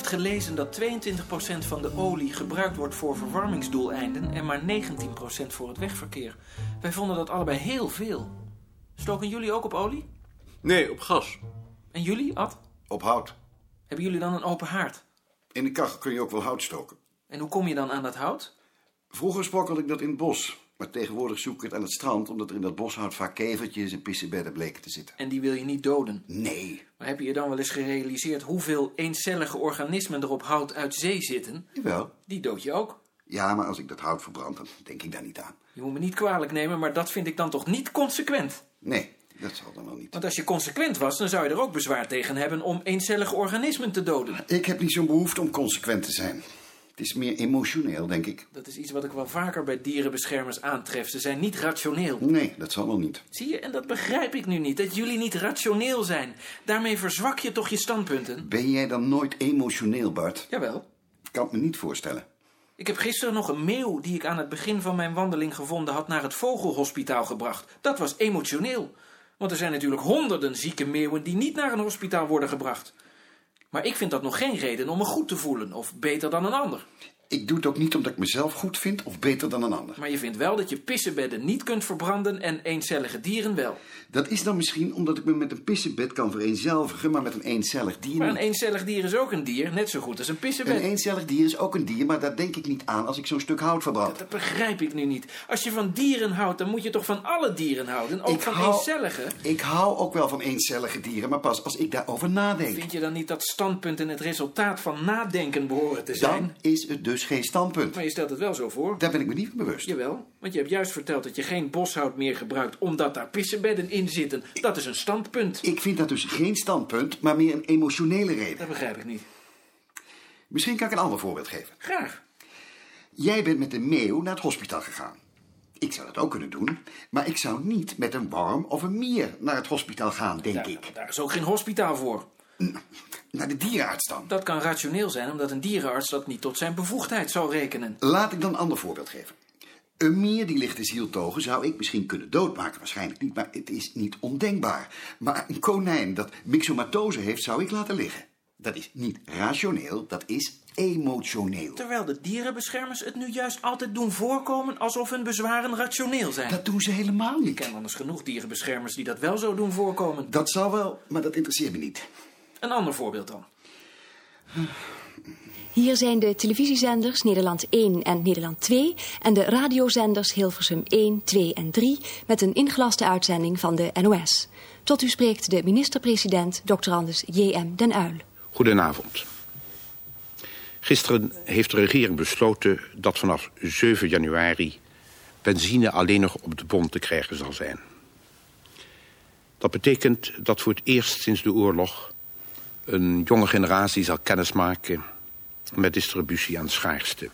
net gelezen dat 22% van de olie gebruikt wordt voor verwarmingsdoeleinden en maar 19% voor het wegverkeer. Wij vonden dat allebei heel veel. Stoken jullie ook op olie? Nee, op gas. En jullie, Ad? Op hout. Hebben jullie dan een open haard? In de kachel kun je ook wel hout stoken. En hoe kom je dan aan dat hout? Vroeger sprokkelde ik dat in het bos. Maar tegenwoordig zoek ik het aan het strand, omdat er in dat boshout vaak kevertjes en pissebedden bleken te zitten. En die wil je niet doden? Nee. Maar heb je je dan wel eens gerealiseerd hoeveel eencellige organismen er op hout uit zee zitten? Jawel. Die dood je ook. Ja, maar als ik dat hout verbrand, dan denk ik daar niet aan. Je moet me niet kwalijk nemen, maar dat vind ik dan toch niet consequent? Nee, dat zal dan wel niet. Want als je consequent was, dan zou je er ook bezwaar tegen hebben om eencellige organismen te doden. Ik heb niet zo'n behoefte om consequent te zijn. Het is meer emotioneel, denk ik. Dat is iets wat ik wel vaker bij dierenbeschermers aantref. Ze zijn niet rationeel. Nee, dat zal wel niet. Zie je, en dat begrijp ik nu niet, dat jullie niet rationeel zijn. Daarmee verzwak je toch je standpunten? Ben jij dan nooit emotioneel, Bart? Jawel. Ik kan het me niet voorstellen. Ik heb gisteren nog een meeuw die ik aan het begin van mijn wandeling gevonden had naar het vogelhospitaal gebracht. Dat was emotioneel. Want er zijn natuurlijk honderden zieke meeuwen die niet naar een hospitaal worden gebracht. Maar ik vind dat nog geen reden om me goed te voelen, of beter dan een ander. Ik doe het ook niet omdat ik mezelf goed vind of beter dan een ander. Maar je vindt wel dat je pissebedden niet kunt verbranden en eencellige dieren wel. Dat is dan misschien omdat ik me met een pissebed kan vereenzelvigen, maar met een eencellig dier Maar een niet. eencellig dier is ook een dier, net zo goed als een pissebed. Een eencellig dier is ook een dier, maar daar denk ik niet aan als ik zo'n stuk hout verbrand. Dat begrijp ik nu niet. Als je van dieren houdt, dan moet je toch van alle dieren houden, ook van eencellige? Ik hou ook wel van eencellige dieren, maar pas als ik daarover nadenk. Vind je dan niet dat standpunten het resultaat van nadenken behoren te zijn? Dan is het dus geen standpunt. Maar je stelt het wel zo voor. Daar ben ik me niet van bewust. Jawel, want je hebt juist verteld dat je geen boshout meer gebruikt omdat daar pissebedden in zitten. Dat is een standpunt. Ik vind dat dus geen standpunt, maar meer een emotionele reden. Dat begrijp ik niet. Misschien kan ik een ander voorbeeld geven. Graag. Jij bent met een meeuw naar het hospitaal gegaan. Ik zou dat ook kunnen doen, maar ik zou niet met een worm of een mier naar het hospitaal gaan, denk ik. Daar is ook geen hospitaal voor. Naar de dierenarts dan. Dat kan rationeel zijn, omdat een dierenarts dat niet tot zijn bevoegdheid zal rekenen. Laat ik dan een ander voorbeeld geven. Een mier die ligt te zieltogen zou ik misschien kunnen doodmaken. Waarschijnlijk niet, maar het is niet ondenkbaar. Maar een konijn dat myxomatose heeft, zou ik laten liggen. Dat is niet rationeel, dat is emotioneel. Terwijl de dierenbeschermers het nu juist altijd doen voorkomen alsof hun bezwaren rationeel zijn. Dat doen ze helemaal Ik niet. ken anders genoeg dierenbeschermers die dat wel zo doen voorkomen. Dat zal wel, maar dat interesseert me niet. Een ander voorbeeld dan. Hier zijn de televisiezenders Nederland 1 en Nederland 2... en de radiozenders Hilversum 1, 2 en 3... met een ingelaste uitzending van de NOS. Tot u spreekt de minister-president, Dr. Anders J.M. den Uyl. Goedenavond. Gisteren heeft de regering besloten dat vanaf 7 januari... benzine alleen nog op de bon te krijgen zal zijn. Dat betekent dat voor het eerst sinds de oorlog... een jonge generatie zal kennismaken met distributie aan schaarste.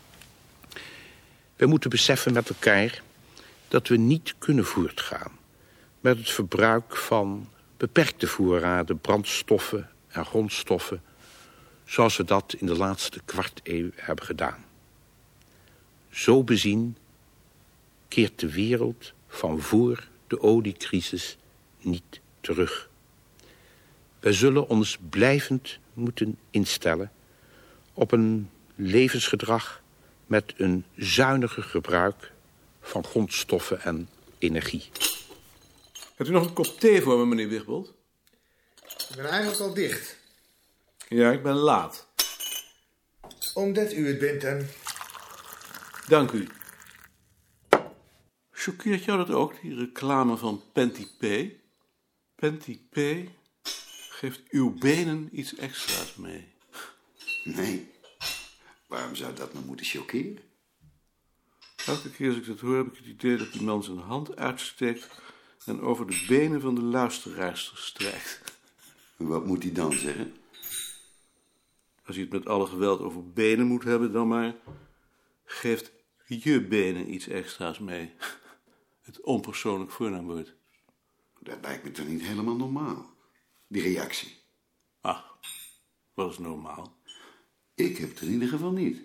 We moeten beseffen met elkaar dat we niet kunnen voortgaan... met het verbruik van beperkte voorraden, brandstoffen en grondstoffen... zoals we dat in de laatste kwarteeuw hebben gedaan. Zo bezien keert de wereld van voor de oliecrisis niet terug. Wij zullen ons blijvend moeten instellen op een levensgedrag met een zuiniger gebruik van grondstoffen en energie. Hebt u nog een kop thee voor me, meneer Wigbold? Ik ben eigenlijk al dicht. Ja, ik ben laat. Omdat u het bent en... Dank u. Choqueert jou dat ook, die reclame van Penti P? Penti P geeft uw benen iets extra's mee. Nee. Waarom zou dat me moeten choqueren? Elke keer als ik dat hoor, heb ik het idee dat die man zijn hand uitsteekt... en over de benen van de luisteraarster strijkt. En wat moet hij dan zeggen? Als je het met alle geweld over benen moet hebben, dan maar... geeft je benen iets extra's mee. Het onpersoonlijk voornaamwoord. Dat lijkt me toch niet helemaal normaal, die reactie. Ach, wat is normaal? Ik heb het in ieder geval niet.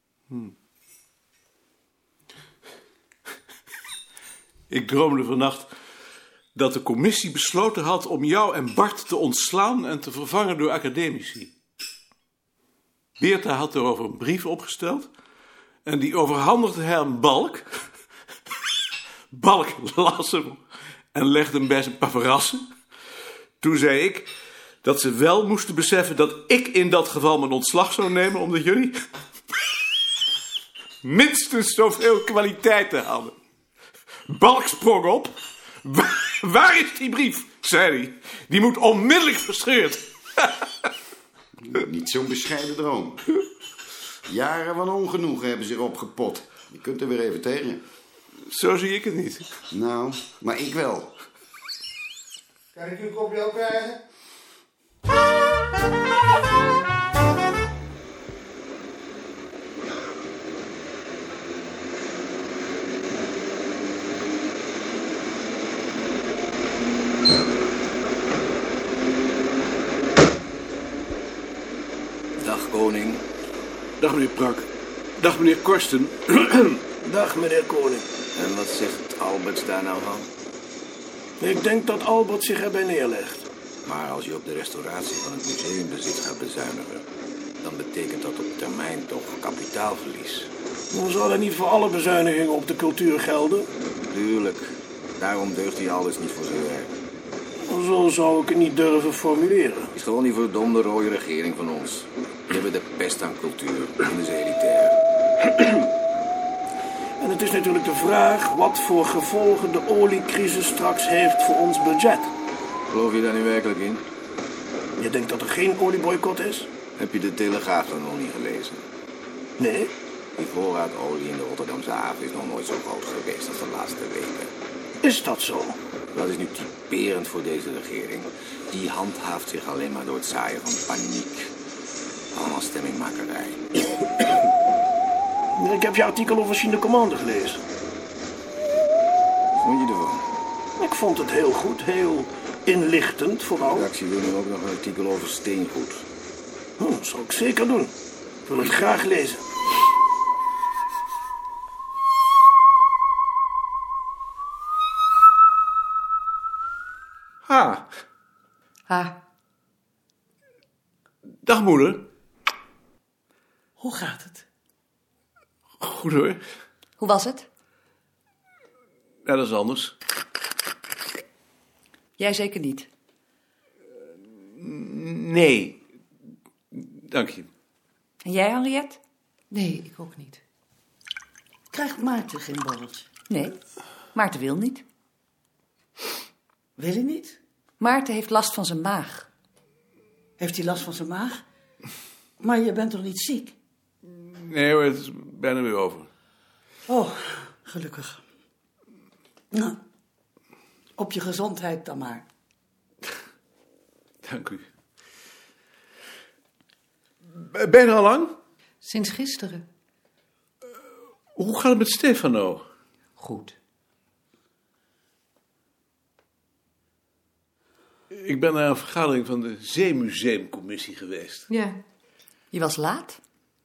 Ik droomde vannacht dat de commissie besloten had om jou en Bart te ontslaan en te vervangen door academici. Beerta had erover een brief opgesteld en die overhandigde hij aan Balk. Balk las hem en legde hem bij zijn paparazzen. Toen zei ik dat ze wel moesten beseffen dat ik in dat geval mijn ontslag zou nemen, omdat jullie minstens zoveel kwaliteiten hadden. Balk sprong op. Waar is die brief? Zei hij. Die moet onmiddellijk verscheurd. Niet zo'n bescheiden droom. Jaren van ongenoegen hebben zich opgepot. Je kunt er weer even tegen. Zo zie ik het niet. Nou, maar ik wel. Kan ik uw kopje ook krijgen? Dag, koning. Dag, meneer Prak. Dag, meneer Korsten. Dag, meneer koning. En wat zegt Albert daar nou van? Ik denk dat Albert zich erbij neerlegt. Maar als je op de restauratie van het museumbezit gaat bezuinigen, dan betekent dat op termijn toch kapitaalverlies. Dan zal dat niet voor alle bezuinigingen op de cultuur gelden. Tuurlijk. Daarom deugt hij alles niet voor zijn werk. Zo zou ik het niet durven formuleren. Het is gewoon die verdomde rode regering van ons. Die hebben de pest aan cultuur. En is elitair. En het is natuurlijk de vraag wat voor gevolgen de oliecrisis straks heeft voor ons budget. Geloof je daar nu werkelijk in? Je denkt dat er geen olieboycott is? Heb je de Telegraaf dan nog niet gelezen? Nee. Die voorraad olie in de Rotterdamse haven is nog nooit zo groot geweest als de laatste weken. Is dat zo? Dat is nu typerend voor deze regering. Die handhaaft zich alleen maar door het zaaien van paniek. Allemaal stemmingmakerij. Ik heb je artikel over Chine Commande gelezen. Wat vond je ervan? Ik vond het heel goed, heel inlichtend De vooral. redactie wil nu ook nog een artikel over steengoed. Dat zal ik zeker doen. Ik wil het graag lezen. Ha. Ha, Dag, moeder. hoe gaat het? Goed hoor. Hoe was het? Ja, dat is anders. Jij zeker niet. Nee. Dank je. En jij, Henriette? Nee, ik ook niet. Krijgt Maarten geen borreltje? Nee, Maarten wil niet. Wil hij niet? Maarten heeft last van zijn maag. Heeft hij last van zijn maag? Maar je bent toch niet ziek? Nee hoor, het is bijna weer over. Oh, gelukkig. Nou, op je gezondheid dan maar. Dank u. Ben je er al lang? Sinds gisteren. Hoe gaat het met Stefano? Goed. Ik ben naar een vergadering van de Zeemuseumcommissie geweest. Ja. Je was laat?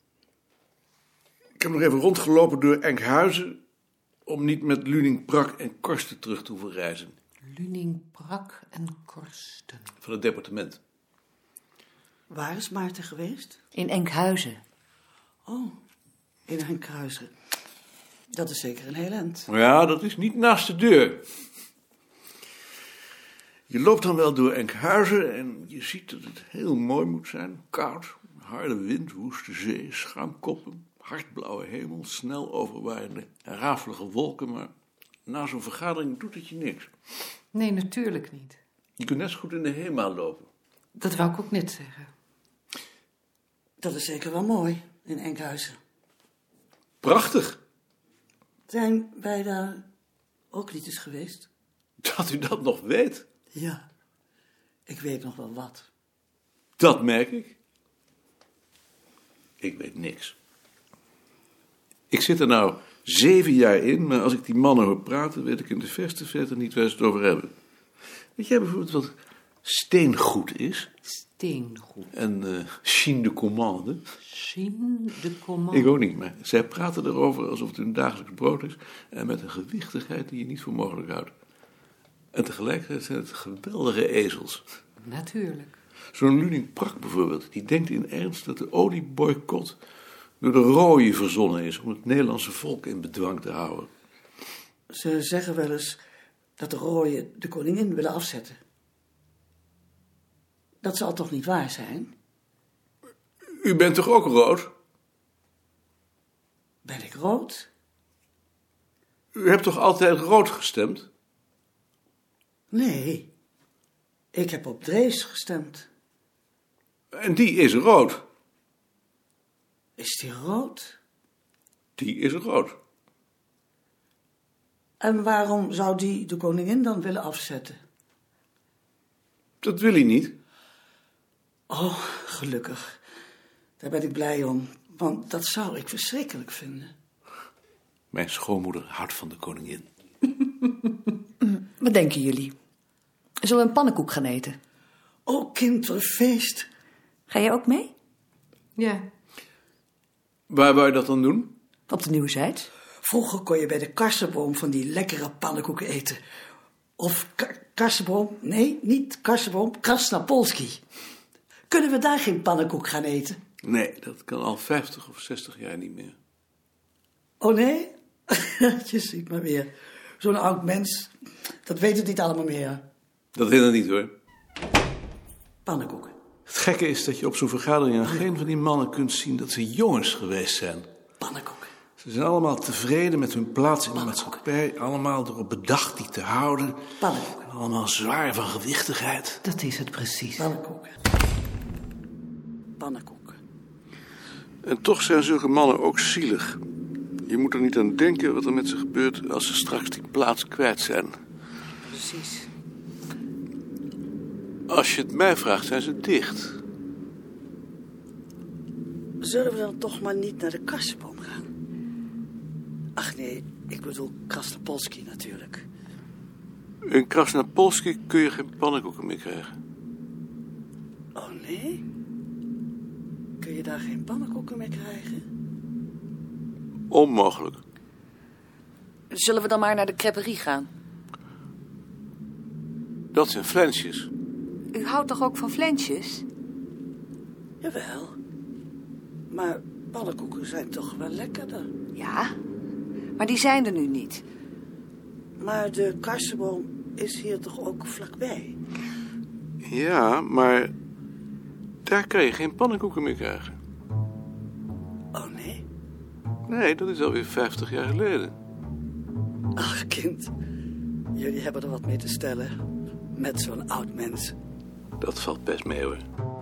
Ik heb nog even rondgelopen door Enkhuizen om niet met Luning, Prak en Korsten terug te hoeven reizen. Luning, Prak en Korsten. Van het departement. Waar is Maarten geweest? In Enkhuizen. Oh, in Enkhuizen. Dat is zeker een heel eind. Ja, dat is niet naast de deur. Je loopt dan wel door Enkhuizen en je ziet dat het heel mooi moet zijn. Koud, harde wind, woeste zee, schuimkoppen, hardblauwe hemel, snel overwaaiende, rafelige wolken. Maar na zo'n vergadering doet het je niks. Nee, natuurlijk niet. Je kunt net zo goed in de HEMA lopen. Dat wou ik ook net zeggen. Dat is zeker wel mooi, in Enkhuizen. Prachtig. Zijn wij daar ook niet eens geweest? Dat u dat nog weet. Ja, ik weet nog wel wat. Dat merk ik. Ik weet niks. Ik zit er nou 7 jaar in, maar als ik die mannen hoor praten, weet ik in de verste verte niet waar ze het over hebben. Weet jij bijvoorbeeld wat steengoed is? Steengoed. En Chine de Commande? Chine de Commande. Ik ook niet, maar zij praten erover alsof het hun dagelijks brood is en met een gewichtigheid die je niet voor mogelijk houdt. En tegelijkertijd zijn het geweldige ezels. Natuurlijk. Zo'n Luning Prak bijvoorbeeld, die denkt in ernst dat de olieboycott door de rooie verzonnen is om het Nederlandse volk in bedwang te houden. Ze zeggen wel eens dat de rooien de koningin willen afzetten. Dat zal toch niet waar zijn? U bent toch ook rood? Ben ik rood? U hebt toch altijd rood gestemd? Nee, ik heb op Drees gestemd. En die is rood. Is die rood? Die is rood. En waarom zou die de koningin dan willen afzetten? Dat wil hij niet. Oh, gelukkig. Daar ben ik blij om, want dat zou ik verschrikkelijk vinden. Mijn schoonmoeder houdt van de koningin. Wat denken jullie? Zullen we een pannenkoek gaan eten? Oh, kind, wat een feest. Ga jij ook mee? Ja. Waar wou je dat dan doen? Op de Nieuwzijds. Vroeger kon je bij de karsenboom van die lekkere pannenkoeken eten. Of karsenboom, nee, niet karsenboom, Krasnapolski. Kunnen we daar geen pannenkoek gaan eten? Nee, dat kan al 50 of 60 jaar niet meer. Oh nee? Je ziet maar weer. Zo'n oud mens, dat weet het niet allemaal meer. Dat wil het niet hoor. Pannenkoeken. Het gekke is dat je op zo'n vergadering aan geen van die mannen kunt zien dat ze jongens geweest zijn. Pannenkoeken. Ze zijn allemaal tevreden met hun plaats in de maatschappij. Allemaal erop bedacht die te houden. Pannenkoeken. Allemaal zwaar van gewichtigheid. Dat is het precies. Pannenkoeken. Pannenkoeken. En toch zijn zulke mannen ook zielig. Je moet er niet aan denken wat er met ze gebeurt als ze straks die plaats kwijt zijn. Precies. Als je het mij vraagt, zijn ze dicht. Zullen we dan toch maar niet naar de karsenboom gaan? Ach nee, ik bedoel Krasnapolski natuurlijk. In Krasnapolski kun je geen pannenkoeken meer krijgen. Oh nee? Kun je daar geen pannenkoeken meer krijgen? Onmogelijk. Zullen we dan maar naar de crêperie gaan? Dat zijn flensjes. U houdt toch ook van flensjes? Jawel. Maar pannenkoeken zijn toch wel lekkerder? Ja, maar die zijn er nu niet. Maar de karsenboom is hier toch ook vlakbij? Ja, maar daar kan je geen pannenkoeken meer krijgen. Oh nee? Nee, dat is alweer 50 jaar geleden. Ach kind, jullie hebben er wat mee te stellen. Met zo'n oud mens. Dat valt best mee hoor.